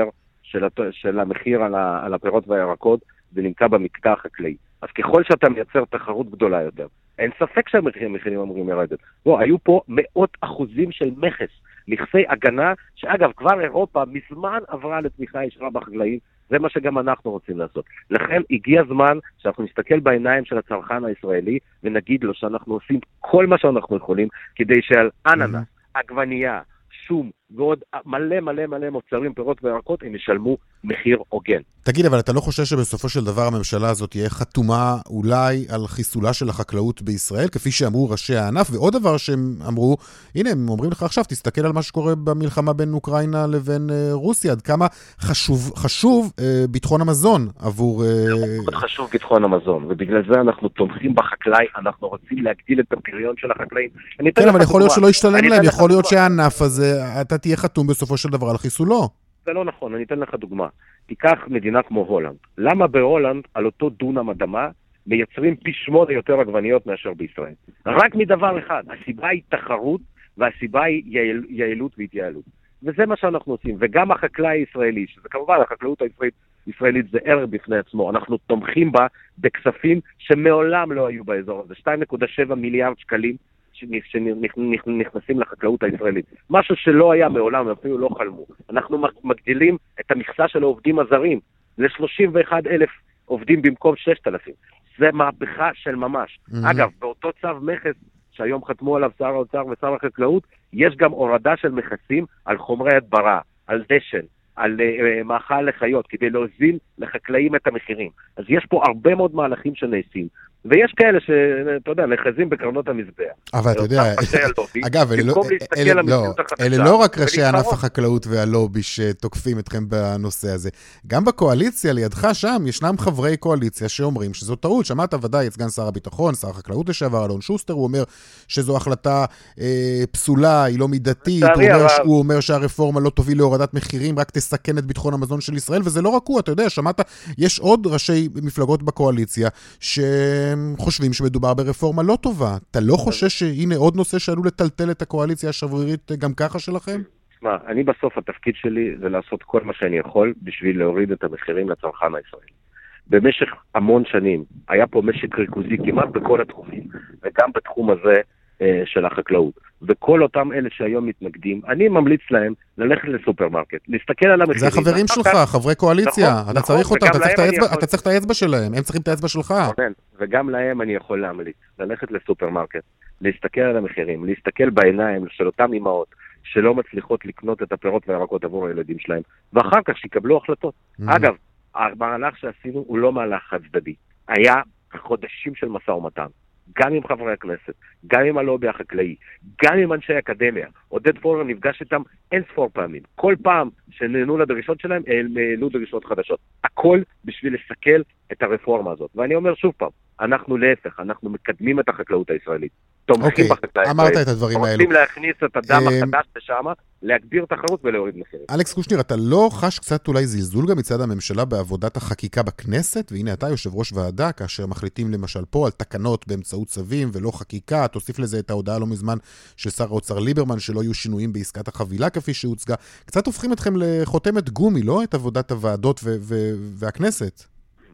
של המחיר על הפירות והירקות, זה נמצא במקטע החקלאי. אז ככל שאתה מייצר תחרות גדולה יותר, אין ספק שהמחירים אמורים לרדת. בוא, היו פה מאות אחוזים של מכס, מכסי הגנה, שאגב, כבר אירופה מזמן עברה לתמיכה ישרה בחקלאים, זה מה שגם אנחנו רוצים לעשות. לכן הגיע הזמן שאנחנו נסתכל בעיניים של הצרכן הישראלי, ונגיד לו שאנחנו עושים כל מה שאנחנו יכולים, כדי שעל אננס, עגבנייה, שום, ועוד מלא מלא מלא מוצרים, פירות וירקות, הם ישלמו מחיר הוגן. תגיד, אבל אתה לא חושב שבסופו של דבר הממשלה הזאת תהיה חתומה אולי על חיסולה של החקלאות בישראל, כפי שאמרו ראשי הענף, ועוד דבר שהם אמרו, הנה, הם אומרים לך עכשיו, תסתכל על מה שקורה במלחמה בין אוקראינה לבין אה, רוסיה, עד כמה חשוב, חשוב אה, ביטחון המזון עבור... אה... חשוב ביטחון המזון, ובגלל זה אנחנו תומכים בחקלאי, אנחנו רוצים להגדיל את הפריון של החקלאים. כן, אבל יכול להיות שלא ישתלם להם, יכול להיות שהענף הזה, אתה תהיה חתום בסופו של דבר על חיסולו. זה לא נכון, אני אתן לך דוגמה. תיקח מדינה כמו הולנד. למה בהולנד על אותו דונם אדמה מייצרים פי שמונה יותר עגבניות מאשר בישראל? רק מדבר אחד, הסיבה היא תחרות והסיבה היא יעל, יעילות והתייעלות. וזה מה שאנחנו עושים. וגם החקלאי הישראלי, שזה כמובן החקלאות הישראלית, הישראלית זה ערך בפני עצמו, אנחנו תומכים בה בכספים שמעולם לא היו באזור הזה. שתיים נקודה שבע מיליארד שקלים שנכנסים לחקלאות הישראלית. משהו שלא היה מעולם, אפילו לא חלמו. אנחנו מגדילים את המכסה של העובדים הזרים ל-שלושים ואחד אלף עובדים במקום שישת אלפים. זה מהפכה של ממש. Mm-hmm. אגב, באותו צו מכס שהיום חתמו עליו שר האוצר ושר החקלאות, יש גם הורדה של מכסים על חומרי הדברה, על דשן, על uh, מאכל לחיות, כדי להוזיל לחקלאים את המחירים. אז יש פה הרבה מאוד מהלכים שנעשים. ויש כאלה שאתה יודע, נחזים בקרנות המזבח. אבל אתה יודע, אגב, אלה לא רק ראשי ענף החקלאות והלובי שתוקפים אתכם בנושא הזה. גם בקואליציה, לידך שם, ישנם חברי קואליציה שאומרים שזו טעות. שמעת ודאי את סגן שר הביטחון, שר החקלאות לשעבר, אלון שוסטר, הוא אומר שזו החלטה פסולה, היא לא מידתית, הוא אומר שהרפורמה לא תוביל להורדת מחירים, רק תסכן את ביטחון המזון של ישראל, וזה לא רק הוא, אתה יודע, שמעת, יש עוד ראשי מפלגות בקואליציה ש חושבים שמדובר ברפורמה לא טובה. אתה לא חושש שהנה עוד נושא שעלו לטלטל את הקואליציה השברירית גם ככה שלכם? תשמע, אני בסוף התפקיד שלי זה לעשות כל מה שאני יכול בשביל להוריד את המחירים לצרכן הישראלי. במשך המון שנים היה פה משק ריכוזי כמעט בכל התחומים, וגם בתחום הזה אה, של החקלאות. וכל אותם אלה שהיום מתנגדים, אני ממליץ להם ללכת לסופרמרקט, להסתכל על המחירים. זה החברים שלך, חברי קואליציה. אתה צריך אותם, אתה צריך את האצבע שלהם, הם צריכים את האצבע שלך. וגם להם אני יכול להמליץ, ללכת לסופרמרקט, להסתכל על המחירים, להסתכל בעיניים של אותם אמהות שלא מצליחות לקנות את הפירות והירקות עבור הילדים שלהם, ואחר כך שיקבלו החלטות. אגב, המהלך שעשינו הוא לא מהלך חד צדדי. היה חודשים של משא ומתן. גם עם חברי הכנסת, גם עם הלובי החקלאי, גם עם אנשי אקדמיה. עודד פורר נפגש איתם אין ספור פעמים. כל פעם שנענו לדרישות שלהם, הם העלו דרישות חדשות. הכל בשביל לסכל את הרפורמה הזאת. ואני אומר שוב פעם, אנחנו להפך, אנחנו מקדמים את החקלאות הישראלית. תומכים בחקלאות. אמרת את הדברים האלו. רוצים להכניס את הדם החדש לשם, להגביר תחרות ולהוריד מחירים. אלכס קושניר, אתה לא חש קצת אולי זלזול גם מצד הממשלה בעבודת החקיקה בכנסת? והנה אתה יושב ראש ועדה, כאשר מחליטים למשל פה על תקנות באמצעות צווים ולא חקיקה, תוסיף לזה את ההודעה לא מזמן של שר האוצר ליברמן, שלא יהיו שינויים בעסקת החבילה כפי שהוצגה. קצת הופכים אתכם לחותמת גומי, לא? את עבודת הוועדות והכנסת.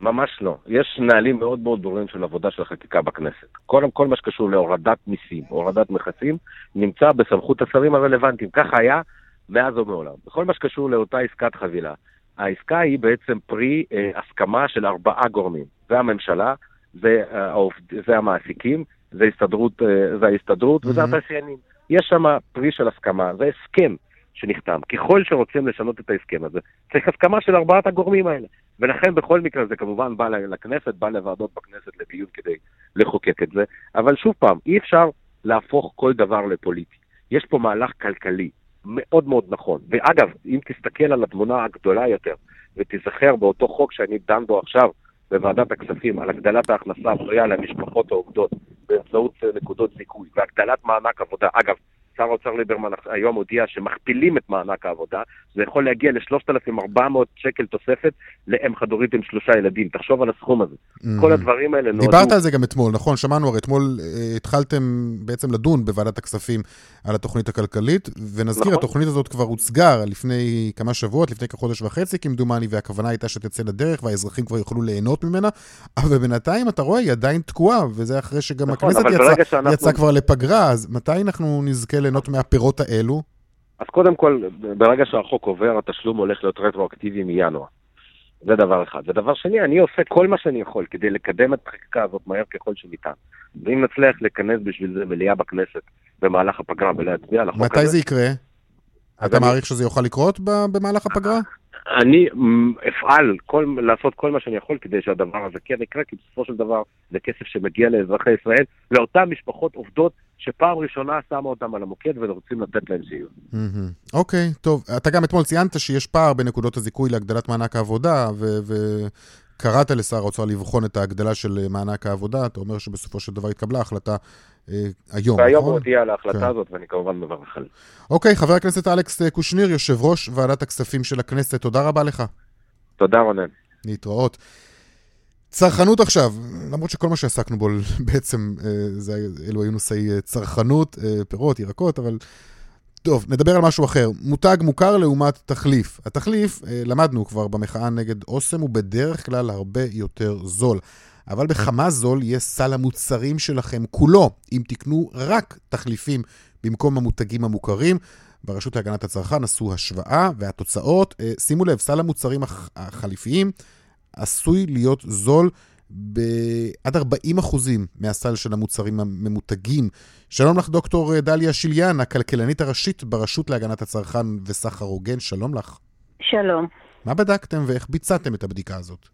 ממש לא. יש נהלים מאוד מאוד ברורים של עבודה של חקיקה בכנסת. כל, כל מה שקשור להורדת מיסים, הורדת מכסים, נמצא בסמכות השרים הרלוונטיים. ככה היה מאז ומעולם. בכל מה שקשור לאותה עסקת חבילה, העסקה היא בעצם פרי אה, הסכמה של ארבעה גורמים. זה הממשלה, זה, אה, זה המעסיקים, זה ההסתדרות, אה, זה ההסתדרות mm-hmm. וזה התעשיינים. יש שם פרי של הסכמה, זה הסכם שנחתם. ככל שרוצים לשנות את ההסכם הזה, צריך הסכמה של ארבעת הגורמים האלה. ולכן בכל מקרה זה כמובן בא לכנסת, בא לוועדות בכנסת לדיון כדי לחוקק את זה. אבל שוב פעם, אי אפשר להפוך כל דבר לפוליטי. יש פה מהלך כלכלי מאוד מאוד נכון. ואגב, אם תסתכל על התמונה הגדולה יותר, ותזכר באותו חוק שאני דן בו עכשיו בוועדת הכספים, על הגדלת ההכנסה הפנויה למשפחות העובדות באמצעות נקודות זיכוי, והגדלת מענק עבודה. אגב, שר האוצר ליברמן היום הודיע שמכפילים את מענק העבודה, זה יכול להגיע ל-שלושת אלפים וארבע מאות שקל תוספת לאם חד-הורית עם שלושה ילדים. תחשוב על הסכום הזה. Mm-hmm. כל הדברים האלה נועדו... דיברת על זה גם אתמול, נכון? שמענו הרי, אתמול uh, התחלתם בעצם לדון בוועדת הכספים על התוכנית הכלכלית, ונזכיר, נכון. התוכנית הזאת כבר הוצגה לפני כמה שבועות, לפני כחודש וחצי, כמדומני, והכוונה הייתה שתצא לדרך, והאזרחים כבר יוכלו ליהנות ממנה, אבל בינתיים אתה רואה, היא עדיין תקועה, וזה אחרי שגם נכון, הכנסת יצא, שאנחנו... יצא כבר לפגרה, אז מתי אנחנו נזכה ליהנות מהפירות האלו? אז קודם כל, ברגע שהחוק עובר, התשלום הולך להיות רטרואקטיבי מינואר. זה דבר אחד. ודבר שני, אני עושה כל מה שאני יכול כדי לקדם את החקיקה הזאת מהר ככל שניתן. ואם נצליח לכנס בשביל זה מליאה בכנסת במהלך הפגרה ולהצביע על החוק הזה... מתי זה יקרה? אתה אני... מעריך שזה יוכל לקרות במהלך הפגרה? אני אפעל כל, לעשות כל מה שאני יכול כדי שהדבר הזה כן יקרה, כי בסופו של דבר זה כסף שמגיע לאזרחי ישראל, לאותן משפחות עובדות שפעם ראשונה שמה אותם על המוקד ורוצים לתת להם סיוע. אוקיי, טוב. אתה גם אתמול ציינת שיש פער בנקודות הזיכוי להגדלת מענק העבודה, וקראת לשר האוצר לבחון את ההגדלה של מענק העבודה. אתה אומר שבסופו של דבר התקבלה החלטה היום, נכון? והיום הוא הודיע על ההחלטה הזאת, ואני כמובן מברך על. אוקיי, חבר הכנסת אלכס קושניר, יושב ראש ועדת הכספים של הכנסת, תודה רבה לך. תודה רונן. להתראות. צרכנות עכשיו, למרות שכל מה שעסקנו בו בעצם, זה, אלו היו נושאי צרכנות, פירות, ירקות, אבל טוב, נדבר על משהו אחר. מותג מוכר לעומת תחליף. התחליף, למדנו כבר במחאה נגד אוסם, הוא בדרך כלל הרבה יותר זול. אבל בכמה זול יהיה סל המוצרים שלכם כולו, אם תקנו רק תחליפים במקום המותגים המוכרים. ברשות להגנת הצרכן עשו השוואה, והתוצאות, שימו לב, סל המוצרים החליפיים עשוי להיות זול בעד ארבעים אחוזים מהסל של המוצרים הממותגים. שלום לך דוקטור דליה שיליאן, הכלכלנית הראשית ברשות להגנת הצרכן וסחר הוגן, שלום לך. שלום. מה בדקתם ואיך ביצעתם את הבדיקה הזאת?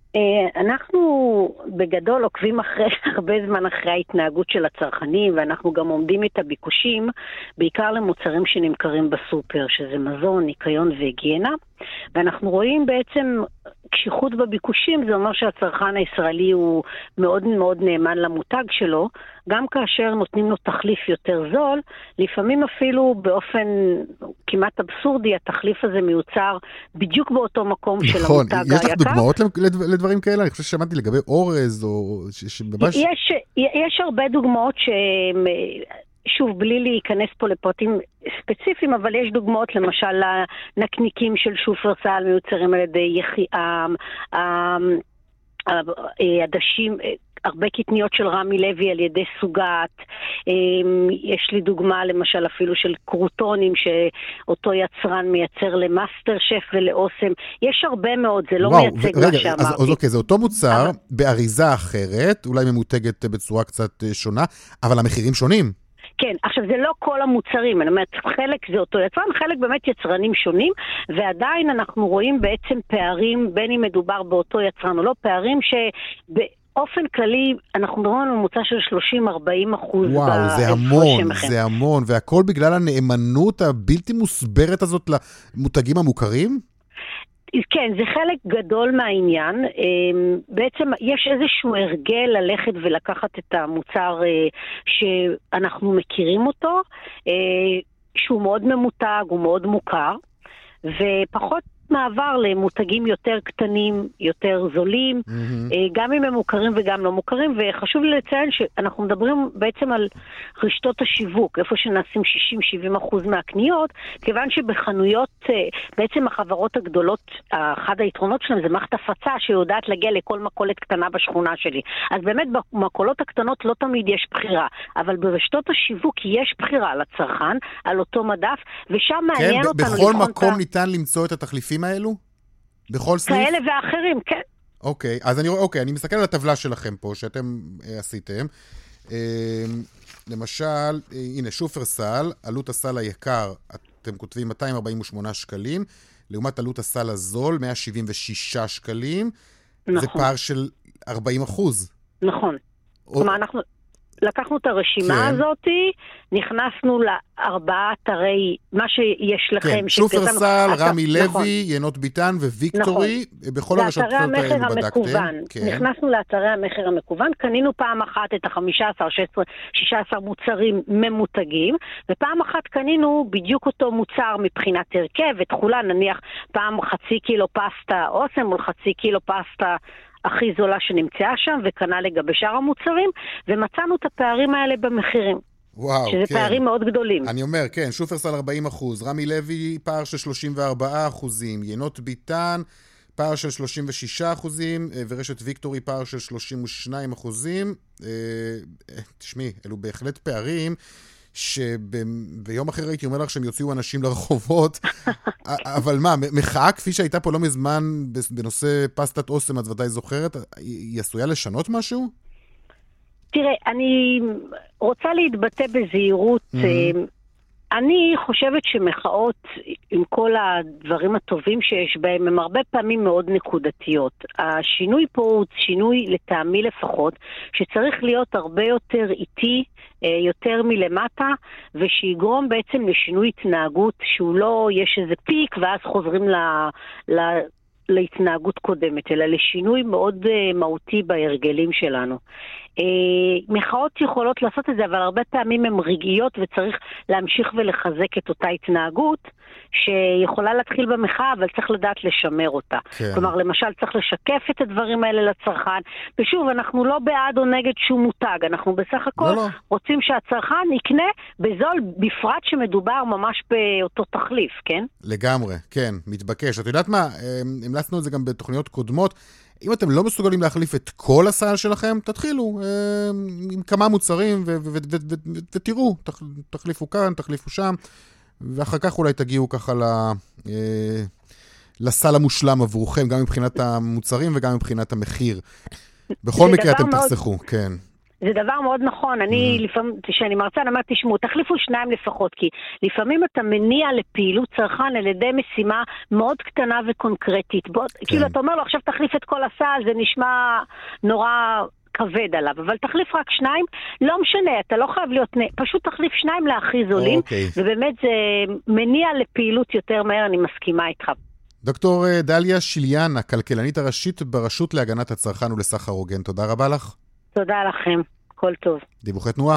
אנחנו בגדול עוקבים אחרי, הרבה זמן אחרי ההתנהגות של הצרכנים, ואנחנו גם עומדים את הביקושים, בעיקר למוצרים שנמכרים בסופר, שזה מזון, ניקיון והיגיינה, ואנחנו רואים בעצם קשיחות בביקושים, זה אומר שהצרכן הישראלי הוא מאוד מאוד נאמן למותג שלו, גם כאשר נותנים לו תחליף יותר זול, לפעמים אפילו באופן כמעט אבסורדי, התחליף הזה מיוצר בדיוק באותו מקום של המותג היקר. יש לך דוגמאות לדברים כאלה? אני חושב ששמעתי לגבי אורז או... יש, יש הרבה דוגמאות ש... שוב, בלי להיכנס פה לפרטים ספציפיים, אבל יש דוגמאות, למשל, לנקניקים של שופרסל מיוצרים על ידי יחיעם, עדשים, הרבה קטניות של רמי לוי על ידי סוגת, יש לי דוגמה למשל אפילו של קרוטונים שאותו יצרן מייצר למאסטר שף ולאוסם, יש הרבה מאוד, זה לא וואו, מייצג ו- מה רגע, שאמרתי. אז, אז אוקיי, זה אותו מוצר אבל... באריזה אחרת, אולי ממותגת בצורה קצת שונה, אבל המחירים שונים. כן, עכשיו זה לא כל המוצרים, אני אומרת, חלק זה אותו יצרן, חלק באמת יצרנים שונים, ועדיין אנחנו רואים בעצם פערים, בין אם מדובר באותו יצרן או לא, פערים שבאופן כללי אנחנו מדברים על ממוצע של שלושים עד ארבעים אחוז. וואו, זה המון, זה המון, והכל בגלל הנאמנות הבלתי מוסברת הזאת למותגים המוכרים? כן, זה חלק גדול מהעניין. בעצם יש איזשהו הרגל ללכת ולקחת את המוצר שאנחנו מכירים אותו, שהוא מאוד ממותג, הוא מאוד מוכר, ופחות מעבר למותגים יותר קטנים, יותר זולים, mm-hmm. גם אם הם מוכרים וגם לא מוכרים, וחשוב לי לציין שאנחנו מדברים בעצם על רשתות השיווק, איפה שנעשים שישים שבעים אחוז מהקניות, כיוון שבחנויות, בעצם החברות הגדולות, אחד היתרונות שלהם זה מערכת הפצה שיודעת להגיע לכל מכולת קטנה בשכונה שלי. אז באמת במכולות הקטנות לא תמיד יש בחירה, אבל ברשתות השיווק יש בחירה לצרכן, על אותו מדף, ושם מעניין כן, אותנו... כן, בכל מקום ניתן למצוא את התחליפים האלו? בכל סניף? כאלה ואחרים, כן. אוקיי, אז אני רואה, אוקיי, אני מסתכל על הטבלה שלכם פה, שאתם אה, עשיתם. אה, למשל, אה, הנה, שופרסל, עלות הסל היקר, אתם כותבים מאתיים ארבעים ושמונה שקלים, לעומת עלות הסל הזול, מאה שבעים ושישה שקלים. נכון. זה פער של ארבעים אחוז. נכון. או... כלומר, אנחנו... לקחנו את הרשימה כן. הזאת, נכנסנו לארבעה אתרי, מה שיש לכם. כן, שופרסל, רמי לוי, נכון. ינות ביטן וויקטורי, נכון. בכל הרשתות האלה בדקתם. כן. נכנסנו לאתרי המחר המקוון, קנינו פעם אחת את ה-חמישה עשר, שישה עשר מוצרים ממותגים, ופעם אחת קנינו בדיוק אותו מוצר מבחינת הרכב ותחולה, נניח פעם חצי קילו פסטה אוסם, או חצי קילו פסטה הכי זולה שנמצאה שם, וקנה לגבי שאר המוצרים, ומצאנו את הפערים האלה במחירים. וואו, שזה כן. פערים מאוד גדולים. אני אומר, כן, שופרסל ארבעים אחוז, רמי לוי פער של שלושים וארבעה אחוזים, ינות ביטן פער של שלושים ושישה אחוזים, ורשת ויקטורי פער של שלושים ושניים אחוזים. תשמעי, אלו בהחלט פערים שביום אחר הייתי אומר לך שהם יוציאו אנשים לרחובות, אבל מה, מחאה כפי שהייתה פה לא מזמן בנושא פסטת אוסם, את ודאי זוכרת, היא עשויה לשנות משהו? תראה, אני רוצה להתבטא בזהירות. אני חושבת שמחאות, עם כל הדברים הטובים שיש בהם, הם הרבה פעמים מאוד נקודתיות. השינוי פה הוא שינוי לטעמי לפחות, שצריך להיות הרבה יותר איטי, יותר מלמטה, ושיגרום בעצם לשינוי התנהגות, שהוא לא יש איזה פיק, ואז חוזרים ל... ל להתנהגות קודמת, אלא לשינוי מאוד uh, מהותי בהרגלים שלנו. Uh, מחאות יכולות לעשות את זה, אבל הרבה פעמים הן רגעיות, וצריך להמשיך ולחזק את אותה התנהגות, שיכולה להתחיל במחאה, אבל צריך לדעת לשמר אותה. כן. כלומר, למשל, צריך לשקף את הדברים האלה לצרכן, ושוב, אנחנו לא בעד או נגד שום מותג, אנחנו בסך הכל לא, לא. רוצים שהצרכן יקנה בזול, בפרט שמדובר ממש באותו תחליף, כן? לגמרי, כן, מתבקש. את יודעת מה, המלצנו את זה גם בתוכניות קודמות, אם אתם לא מסוגלים להחליף את כל הסל שלכם, תתחילו עם כמה מוצרים ותראו, תחליפו כאן, תחליפו שם, ואחר כך אולי תגיעו ככה לסל המושלם עבורכם, גם מבחינת המוצרים וגם מבחינת המחיר. בכל מקרה אתם תחסכו, כן. זה דבר מאוד נכון. אני לפעמים, כשאני מרצה, אני אומרת, תשמעו, תחליפו שניים לפחות, כי לפעמים אתה מניע לפעילות צרכן על ידי משימה מאוד קטנה וקונקרטית. כאילו, אתה אומר לו, עכשיו תחליף את כל הסל, זה נשמע נורא כבד עליו, אבל תחליף רק שניים, לא משנה, אתה לא חייב להיות, פשוט תחליף שניים להכי זולים, ובאמת זה מניע לפעילות יותר מהר, אני מסכימה איתך. דוקטור דליה שיליאן, הכלכלנית הראשית ברשות להגנת הצרכן ולסחר הוגן, תודה רבה לך. תודה לכם, כל טוב. דיווחי תנועה.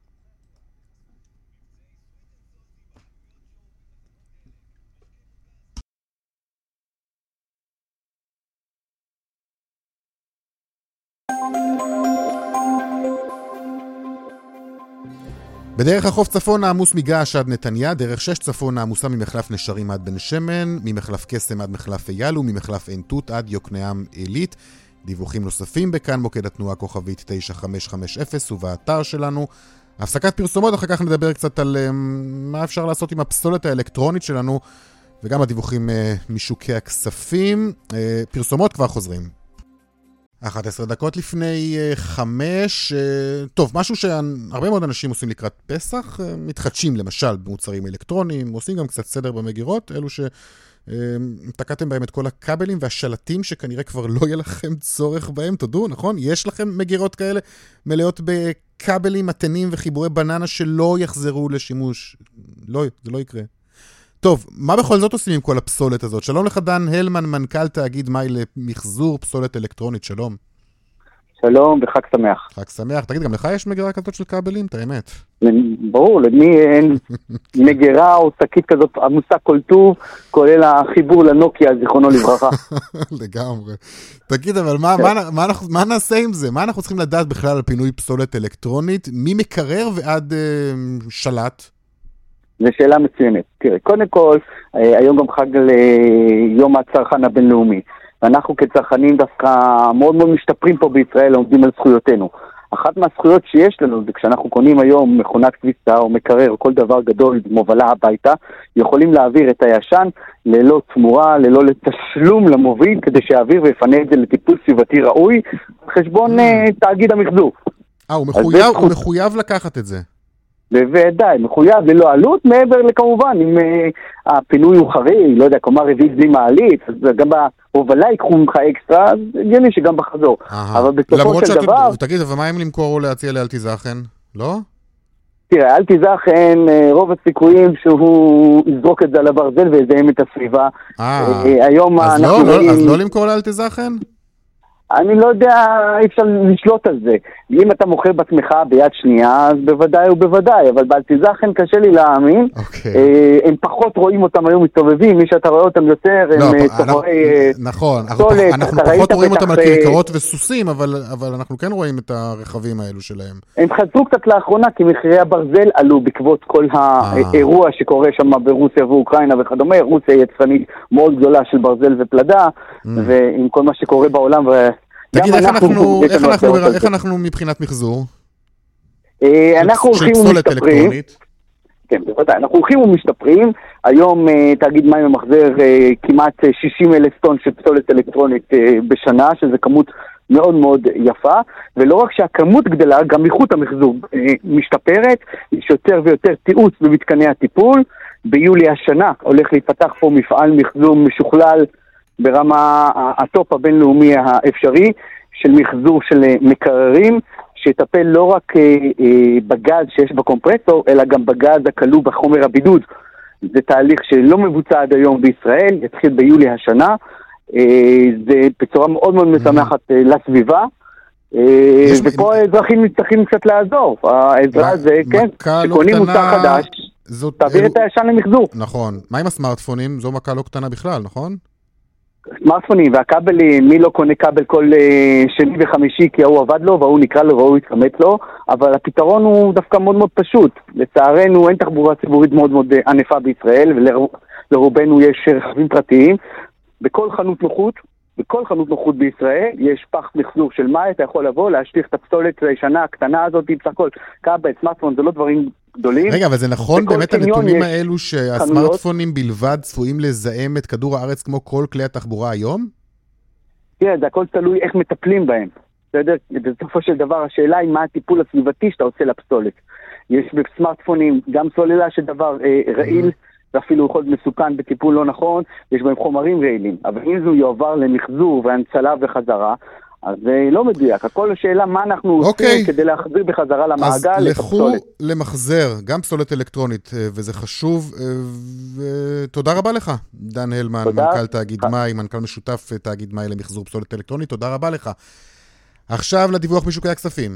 בדרך החוף צפון העמוס מגעש עד נתניה, דרך שש צפון העמוסה ממחלף נשרים עד בן שמן, ממחלף קסם עד מחלף אייל וממחלף עין תות עד יוקנעם עילית. דיווחים נוספים בכאן מוקד התנועה כוכבית תשע חמש חמש אפס ובאתר שלנו. הפסקת פרסומות, אחר כך נדבר קצת על um, מה אפשר לעשות עם הפסולת האלקטרונית שלנו, וגם הדיווחים uh, משוקי הכספים. Uh, פרסומות כבר חוזרים. אחת עשרה דקות לפני uh, חמש. Uh, טוב, משהו שהרבה מאוד אנשים עושים לקראת פסח, uh, מתחדשים למשל במוצרים אלקטרוניים, עושים גם קצת סדר במגירות, אלו ש... תקעתם בהם את כל הכבלים והשלטים שכנראה כבר לא יהיה לכם צורך בהם, תודו, נכון? יש לכם מגירות כאלה מלאות בכבלים, מתנים וחיבורי בננה שלא יחזרו לשימוש. לא, זה לא יקרה. טוב, מה בכל זאת עושים עם כל הפסולת הזאת? שלום לך דן הלמן, מנכ"ל תאגיד מי למחזור פסולת אלקטרונית, שלום. שלום וחג שמח. חג שמח. תגיד, גם לך יש מגירה כזאת של כבלים, את האמת? ברור, למי אין מגירה או שקית כזאת עמוסה כל טוב, כולל החיבור לנוקיה, זיכרונו לברכה. לגמרי. תגיד, אבל מה, מה, מה, אנחנו, מה נעשה עם זה? מה אנחנו צריכים לדעת בכלל על פינוי פסולת אלקטרונית? מי מקרר ועד אה, שלט? זו שאלה מצוינת. תראה, קודם כל, היום גם חג ליום הצרכן הבינלאומי. ואנחנו כצרכנים דווקא מאוד מאוד משתפרים פה בישראל, עומדים על זכויותינו. אחת מהזכויות שיש לנו זה כשאנחנו קונים היום מכונת כביסה או מקרר או כל דבר גדול מובלה הביתה, יכולים להעביר את הישן ללא תמורה, ללא לתשלום למוביל, כדי שיעביר ויפנה את זה לטיפול סביבתי ראוי, חשבון תאגיד המחזור. אה, הוא מחויב, הוא מחויב לקחת את זה. בוודאי, מחויב ללא עלות, מעבר לכמובן, אם uh, הפינוי הוא חריג, לא יודע, כלומר רביעית בלי מעלית, אז גם בהובלה ייקחו ממך אקסטרה, אז הגיוני שגם בחזור. אבל בסופו של דבר... תגיד, אבל מה אם למכור או להציע לאל תיזכן? לא? תראה, אל תיזכן, רוב הסיכויים שהוא יזרוק את זה על הברזל ויזהם את הסביבה. אה, אז לא למכור לאל תיזכן? אני לא יודע, אי אפשר לשלוט על זה. אם אתה מוכר בעצמך ביד שנייה, אז בוודאי ובוודאי, אבל באל תיזכן קשה לי להאמין. Okay. הם פחות רואים אותם היום מסתובבים, מי שאתה רואה אותם יותר, הם לא, צבורי נכון, סולת. אנחנו פחות רואים אותם על כרכרות וסוסים, אבל, אבל אנחנו כן רואים את הרכבים האלו שלהם. הם חזרו קצת לאחרונה, כי מחירי הברזל עלו בעקבות כל האירוע שקורה שם ברוסיה ואוקראינה וכדומה. רוסיה היא יצרנית מאוד גדולה של ברזל ופלדה, ועם כל מה שקורה בעולם ו... תגיד, איך אנחנו, איך אנחנו, איך אנחנו מבחינת מחזור? אנחנו הולכים ומשתפרים. כן, בוודאי. אנחנו הולכים ומשתפרים. היום תאגיד מים ממחזר כמעט שישים אלף טון של פסולת אלקטרונית בשנה, שזה כמות מאוד מאוד יפה. ולא רק שהכמות גדלה, גם איכות המחזור משתפרת. יש יותר ויותר תיעוץ במתקני הטיפול. ביולי השנה הולך להיפתח פה מפעל מחזור משוכלל ברמה הטופ הבינלאומי האפשרי של מחזור של מקררים, שיטפל לא רק בגז שיש בקומפרסור, אלא גם בגז הכלוא בחומר הבידוד. זה תהליך שלא מבוצע עד היום בישראל, יתחיל ביולי השנה. זה בצורה מאוד מאוד משמחת לסביבה. ופה האזרחים מצטרכים קצת לעזור. העזרה זה, כן, שקונים מוצר חדש, תעביר את הישן למחזור. נכון. מה עם הסמארטפונים? זו מכה לא קטנה בכלל, נכון? סמארטפונים והכבלים, מי לא קונה כבל כל שני וחמישי כי הוא עבד לו והוא נקרא לו והוא יתחמת לו, אבל הפתרון הוא דווקא מאוד מאוד פשוט. לצערנו אין תחבורה ציבורית מאוד מאוד ענפה בישראל, ולרובנו יש רכבים פרטיים. בכל חנות נוחות, בכל חנות נוחות בישראל יש פח מחזור של מים, אתה יכול לבוא, להשליך את הפסולת הישנה הקטנה הזאת, בסך הכל כבל, סמארטפון, זה לא דברים גדולים. רגע, אבל זה נכון באמת הנתונים האלו שהסמארטפונים בלבד צפויים לזהם את כדור הארץ כמו כל כלי התחבורה היום? כן, זה הכל תלוי איך מטפלים בהם. בסדר? בסופו של דבר השאלה היא מה הטיפול הסביבתי שאתה עושה לפסולת. יש בסמארטפונים גם סוללה שדבר אה, רעיל, ואפילו יכול להיות מסוכן בטיפול לא נכון, יש בהם חומרים רעילים. אבל אם זה יועבר למחזור והנצלה וחזרה, אז זה לא מדויק. הכל השאלה מה אנחנו עושים כדי להחזיר בחזרה למעגל. אז לכו למחזר, גם פסולת אלקטרונית, וזה חשוב. ותודה רבה לך, דן הלמן, מנכ"ל תאגיד מים, מנכ"ל משותף תאגיד מים למחזור פסולת אלקטרונית. תודה רבה לך. עכשיו לדיווח משוקי הכספים.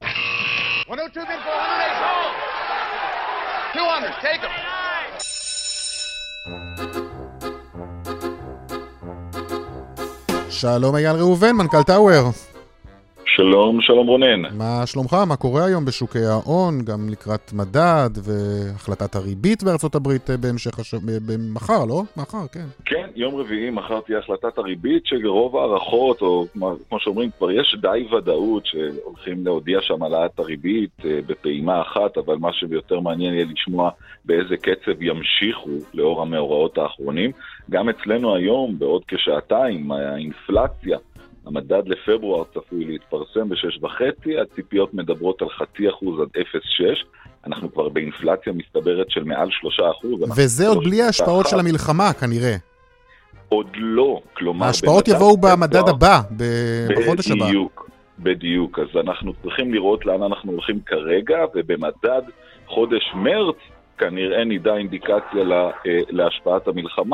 שלום אייל ראובן, מנכ"ל טאוור. שלום, שלום רונן. מה שלומך? מה קורה היום בשוקי ההון, גם לקראת מדד והחלטת הריבית בארצות הברית בהמשך הש... במחר, לא? מחר, כן. כן, יום רביעי מחר תהיה החלטת הריבית שרוב הערכות, או כמו שאומרים, כבר יש די ודאות שהולכים להודיע שם העלאת הריבית בפעימה אחת, אבל מה שיותר מעניין יהיה לשמוע באיזה קצב ימשיכו לאור המאורעות האחרונים. גם אצלנו היום, בעוד כשעתיים, האינפלציה, המדד לפברואר צפוי להתפרסם בשש וחצי, הציפיות מדברות על חצי אחוז עד אפס שש, אנחנו כבר באינפלציה מסתברת של מעל שלושה אחוז. וזה עוד בלי ההשפעות של המלחמה כנראה. עוד לא, כלומר... ההשפעות יבואו במדד הבא, בחודש הבא. בדיוק, בדיוק, אז אנחנו צריכים לראות לאן אנחנו הולכים כרגע, ובמדד חודש מרץ כנראה נדע אינדיקציה להשפעת המלחמה,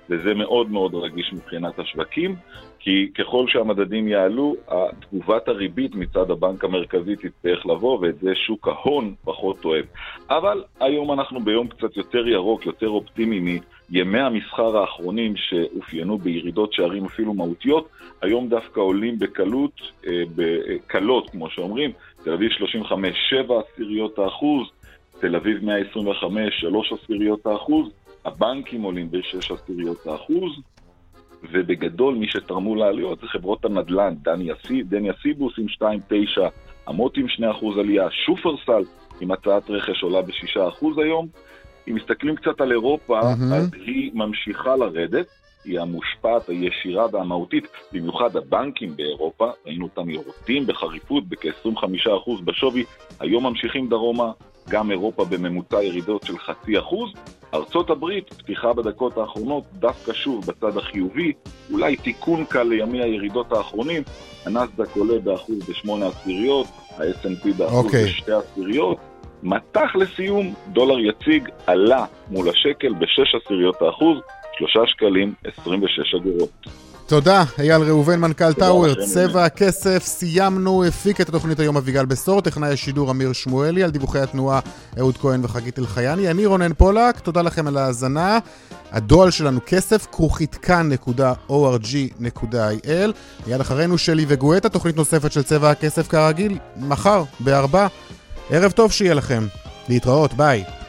וזה מאוד מאוד רגיש מבחינת השווקים, כי ככל שהמדדים יעלו, תגובת הריבית מצד הבנק המרכזי תצטרך לבוא, ואת זה שוק ההון פחות אוהב. אבל היום אנחנו ביום קצת יותר ירוק, יותר אופטימי מימי המסחר האחרונים שאופיינו בירידות שערים אפילו מהותיות, היום דווקא עולים בקלות, בקלות כמו שאומרים, תל אביב שלושים וחמש נקודה שבע עשיריות האחוז, תל אביב מאה עשרים וחמש נקודה שלוש עשיריות האחוז, הבנקים עולים ב-שש עשיריות האחוז, ובגדול מי שתרמו לעליות זה חברות הנדל"ן, דניה סיבוס עם שתיים נקודה תשע, אמות עם שני אחוז עלייה, שופרסל עם הצעת רכש עולה ב-שישה אחוז היום. אם מסתכלים קצת על אירופה, mm-hmm. אז היא ממשיכה לרדת, היא המושפעת הישירה והמהותית, במיוחד הבנקים באירופה, ראינו אותם יורדים בחריפות בכ-עשרים וחמישה אחוז בשווי, היום ממשיכים דרומה, גם אירופה בממוצע ירידות של חצי אחוז, ארצות הברית, פתיחה בדקות האחרונות, דווקא שוב בצד החיובי, אולי תיקון קל לימי הירידות האחרונים, הנסדק עולה באחוז בשמונה עשיריות, ה-אס אנד פי באחוז okay. בשתי עשיריות, מתח לסיום, דולר יציג עלה מול השקל בשש עשיריות האחוז, שלושה שקלים עשרים ושש אגורות. תודה, אייל ראובן, מנכ"ל טאוור, צבע הכסף, סיימנו, הפיק את התוכנית היום אביגל בסור, טכנאי השידור אמיר שמואלי, על דיווחי התנועה אהוד כהן וחגית אלחייני, אני רונן פולק, תודה לכם על ההאזנה, הדואל שלנו כסף, כרוכית כאן נקודה או אר ג'י נקודה איי אל, מיד אחרינו שלי וגואטה, תוכנית נוספת של צבע הכסף כרגיל, מחר, בארבע, ערב טוב שיהיה לכם, להתראות, ביי.